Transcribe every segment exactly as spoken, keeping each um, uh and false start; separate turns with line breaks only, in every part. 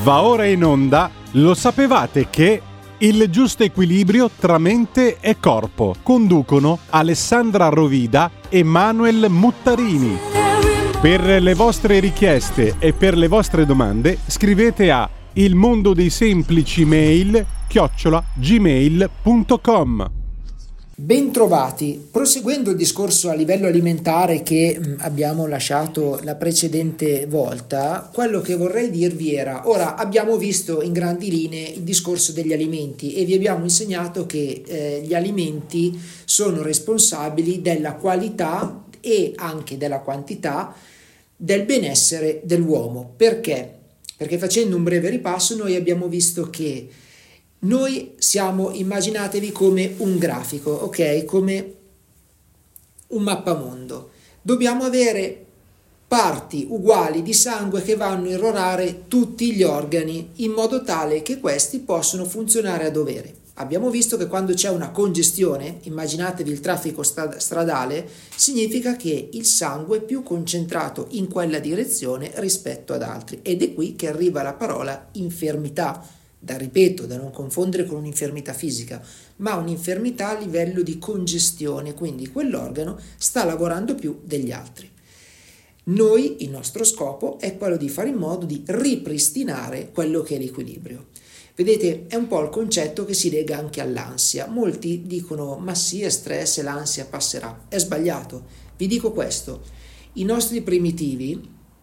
Va ora in onda, lo sapevate che il giusto equilibrio tra mente e corpo conducono Alessandra Rovida e Manuel Muttarini. Per le vostre richieste e per le vostre domande scrivete a il mondo dei semplici mail chiocciola gmail punto com.
Bentrovati. Proseguendo il discorso a livello alimentare che mh, abbiamo lasciato la precedente volta, quello che vorrei dirvi era: ora abbiamo visto in grandi linee il discorso degli alimenti e vi abbiamo insegnato che eh, gli alimenti sono responsabili della qualità e anche della quantità del benessere dell'uomo. Perché? Perché facendo un breve ripasso noi abbiamo visto che noi siamo, immaginatevi come un grafico, ok? Come un mappamondo. Dobbiamo avere parti uguali di sangue che vanno a irrorare tutti gli organi in modo tale che questi possano funzionare a dovere. Abbiamo visto che quando c'è una congestione, immaginatevi il traffico stradale, significa che il sangue è più concentrato in quella direzione rispetto ad altri. Ed è qui che arriva la parola infermità. Da ripeto, da non confondere con un'infermità fisica, ma un'infermità a livello di congestione, quindi quell'organo sta lavorando più degli altri. Noi, il nostro scopo è quello di fare in modo di ripristinare quello che è l'equilibrio. Vedete, è un po' il concetto che si lega anche all'ansia. Molti dicono, ma sì, è stress e l'ansia passerà. È sbagliato. Vi dico questo, i nostri primitivi,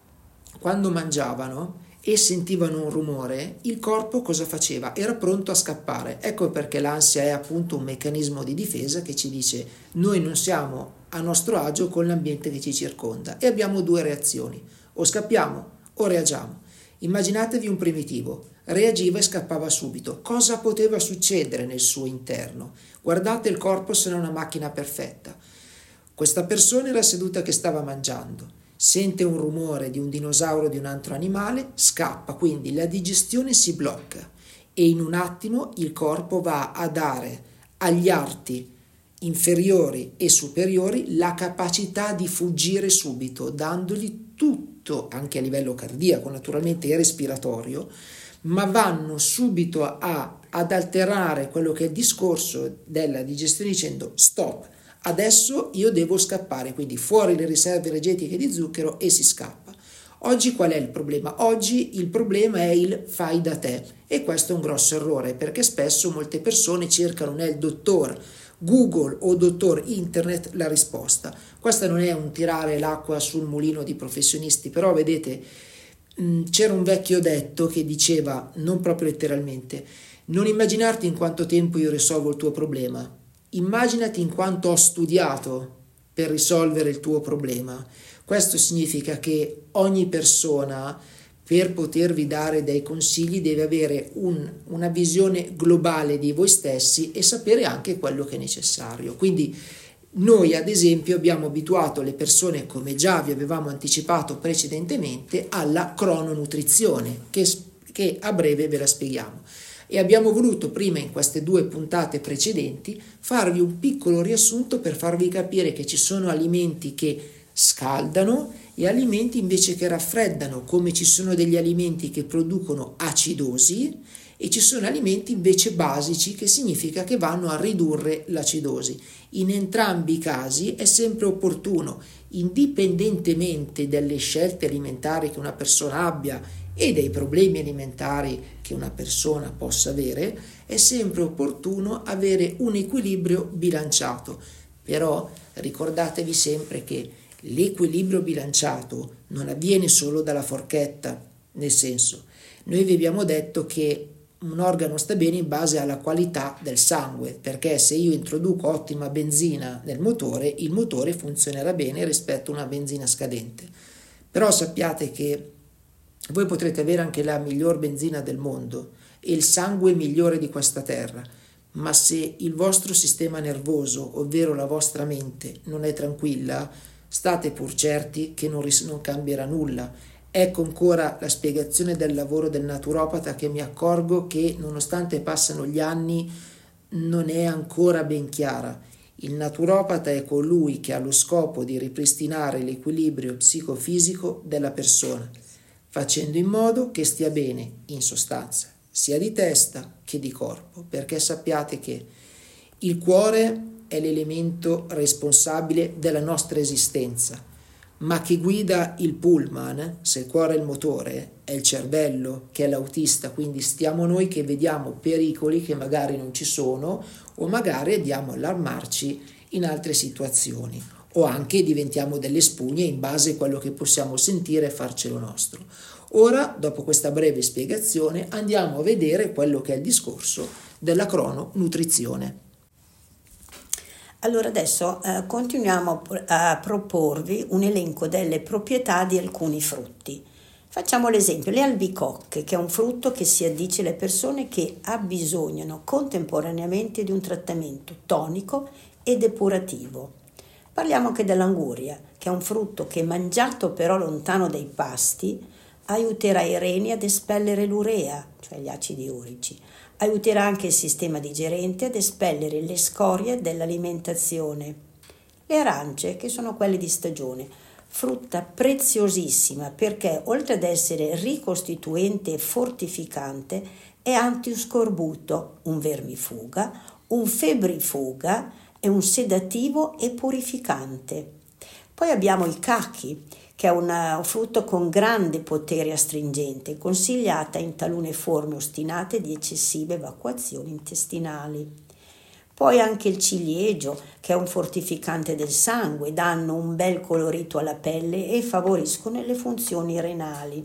quando mangiavano e sentivano un rumore, il corpo cosa faceva? Era pronto a scappare. Ecco perché l'ansia è appunto un meccanismo di difesa che ci dice noi non siamo a nostro agio con l'ambiente che ci circonda e abbiamo due reazioni, o scappiamo o reagiamo. Immaginatevi un primitivo, reagiva e scappava subito. Cosa poteva succedere nel suo interno? Guardate il corpo, se non una macchina perfetta. Questa persona era seduta che stava mangiando, sente un rumore di un dinosauro o di un altro animale, scappa, quindi la digestione si blocca e in un attimo il corpo va a dare agli arti inferiori e superiori la capacità di fuggire subito, dandogli tutto, anche a livello cardiaco naturalmente e respiratorio, ma vanno subito a, ad alterare quello che è il discorso della digestione dicendo stop. Adesso io devo scappare, quindi fuori le riserve energetiche di zucchero e si scappa. Oggi qual è il problema? Oggi il problema è il fai da te e questo è un grosso errore perché spesso molte persone cercano nel dottor Google o dottor Internet la risposta. Questa non è un tirare l'acqua sul mulino di professionisti, però vedete c'era un vecchio detto che diceva, non proprio letteralmente, non immaginarti in quanto tempo io risolvo il tuo problema. Immaginati in quanto ho studiato per risolvere il tuo problema. Questo significa che ogni persona, per potervi dare dei consigli, deve avere un, una visione globale di voi stessi e sapere anche quello che è necessario. Quindi noi, ad esempio, abbiamo abituato le persone, come già vi avevamo anticipato precedentemente, alla crononutrizione, che, che a breve ve la spieghiamo. E abbiamo voluto prima in queste due puntate precedenti farvi un piccolo riassunto per farvi capire che ci sono alimenti che scaldano e alimenti invece che raffreddano, come ci sono degli alimenti che producono acidosi e ci sono alimenti invece basici che significa che vanno a ridurre l'acidosi. In entrambi i casi è sempre opportuno, indipendentemente dalle scelte alimentari che una persona abbia e dei problemi alimentari che una persona possa avere, è sempre opportuno avere un equilibrio bilanciato. Però ricordatevi sempre che l'equilibrio bilanciato non avviene solo dalla forchetta, nel senso, noi vi abbiamo detto che un organo sta bene in base alla qualità del sangue, perché se io introduco ottima benzina nel motore, il motore funzionerà bene rispetto a una benzina scadente. Però sappiate che voi potrete avere anche la miglior benzina del mondo e il sangue migliore di questa terra, ma se il vostro sistema nervoso, ovvero la vostra mente, non è tranquilla, state pur certi che non, ris- non cambierà nulla. Ecco ancora la spiegazione del lavoro del naturopata, che mi accorgo che nonostante passano gli anni non è ancora ben chiara. Il naturopata è colui che ha lo scopo di ripristinare l'equilibrio psicofisico della persona. facendo in modo che stia bene in sostanza, sia di testa che di corpo, perché sappiate che il cuore è l'elemento responsabile della nostra esistenza, ma chi guida il pullman, se il cuore è il motore, è il cervello che è l'autista, quindi stiamo noi che vediamo pericoli che magari non ci sono o magari andiamo a allarmarci in altre situazioni o anche diventiamo delle spugne in base a quello che possiamo sentire e farcelo nostro. Ora, dopo questa breve spiegazione, andiamo a vedere quello che è il discorso della crononutrizione.
Allora adesso eh, continuiamo a proporvi un elenco delle proprietà di alcuni frutti. Facciamo l'esempio, le albicocche, che è un frutto che si addice alle persone che abbisognano contemporaneamente di un trattamento tonico e depurativo. Parliamo anche dell'anguria, che è un frutto che mangiato però lontano dai pasti aiuterà i reni ad espellere l'urea, cioè gli acidi urici. Aiuterà anche il sistema digerente ad espellere le scorie dell'alimentazione. Le arance, che sono quelle di stagione, frutta preziosissima perché oltre ad essere ricostituente e fortificante è antiscorbuto, un vermifuga, un febbrifuga e un sedativo e purificante. Poi abbiamo il cachi, che è una, un frutto con grande potere astringente, consigliata in talune forme ostinate di eccessive evacuazioni intestinali. Poi anche il ciliegio, che è un fortificante del sangue, danno un bel colorito alla pelle e favoriscono le funzioni renali.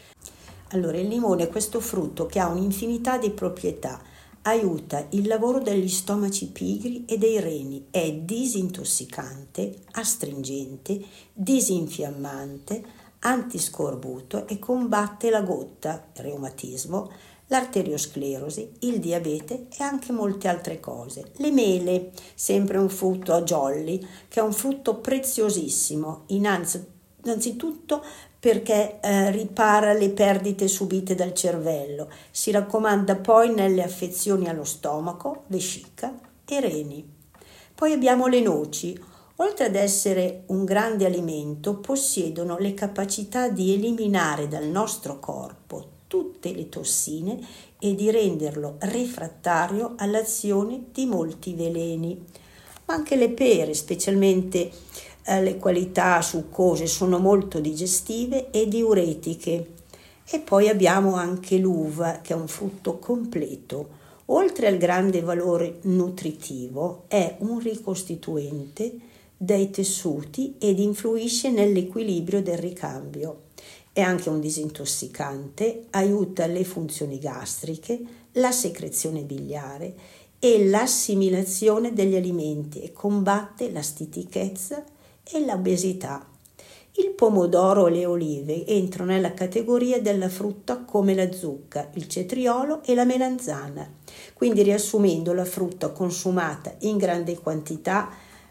Allora, il limone è questo frutto che ha un'infinità di proprietà. Aiuta il lavoro degli stomaci pigri e dei reni, è disintossicante, astringente, disinfiammante, antiscorbuto e combatte la gotta, il reumatismo, l'arteriosclerosi, il diabete e anche molte altre cose. Le mele, sempre un frutto a jolly, che è un frutto preziosissimo, innanzi, innanzitutto perché eh, ripara le perdite subite dal cervello, si raccomanda poi nelle affezioni allo stomaco, vescica e reni. Poi abbiamo le noci. Oltre ad essere un grande alimento, possiedono le capacità di eliminare dal nostro corpo tutte le tossine e di renderlo refrattario all'azione di molti veleni. Ma anche le pere, specialmente eh, le qualità succose, sono molto digestive e diuretiche. E poi abbiamo anche l'uva, che è un frutto completo. Oltre al grande valore nutritivo, è un ricostituente dei tessuti ed influisce nell'equilibrio del ricambio. È anche un disintossicante, aiuta le funzioni gastriche, la secrezione biliare e l'assimilazione degli alimenti e combatte la stitichezza e l'obesità. Il pomodoro e le olive entrano nella categoria della frutta come la zucca, il cetriolo e la melanzana. Quindi, riassumendo, la frutta consumata in grande quantità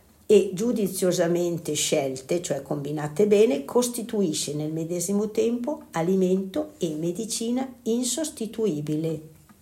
e giudiziosamente scelte, cioè combinate bene, costituisce nel medesimo tempo alimento e medicina insostituibile.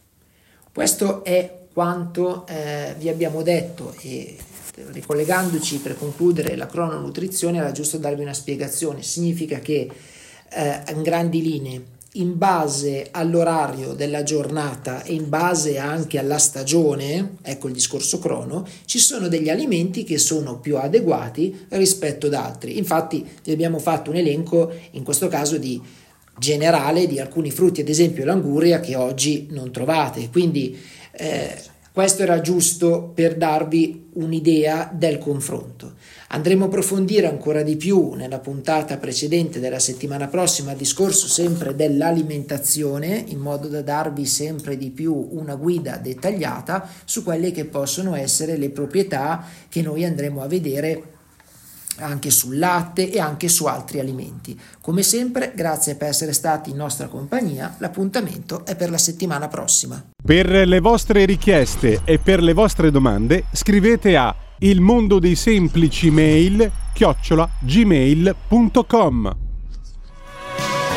Questo è quanto eh, vi abbiamo detto e ricollegandoci per concludere la crononutrizione era giusto darvi una spiegazione. Significa che eh, in grandi linee, in base all'orario della giornata e in base anche alla stagione, ecco il discorso crono, ci sono degli alimenti che sono più adeguati rispetto ad altri. Infatti vi abbiamo fatto un elenco in questo caso di generale di alcuni frutti, ad esempio l'anguria, che oggi non trovate, quindi eh, questo era giusto per darvi un'idea del confronto. Andremo a approfondire ancora di più nella puntata precedente della settimana prossima il discorso sempre dell'alimentazione, in modo da darvi sempre di più una guida dettagliata su quelle che possono essere le proprietà che noi andremo a vedere anche sul latte e anche su altri alimenti. Come sempre, grazie per essere stati in nostra compagnia. L'appuntamento è per la settimana prossima.
Per le vostre richieste e per le vostre domande scrivete a il mondo dei semplici mail chiocciola gmail punto com.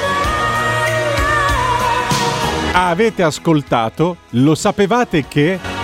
Avete ascoltato? Lo sapevate che...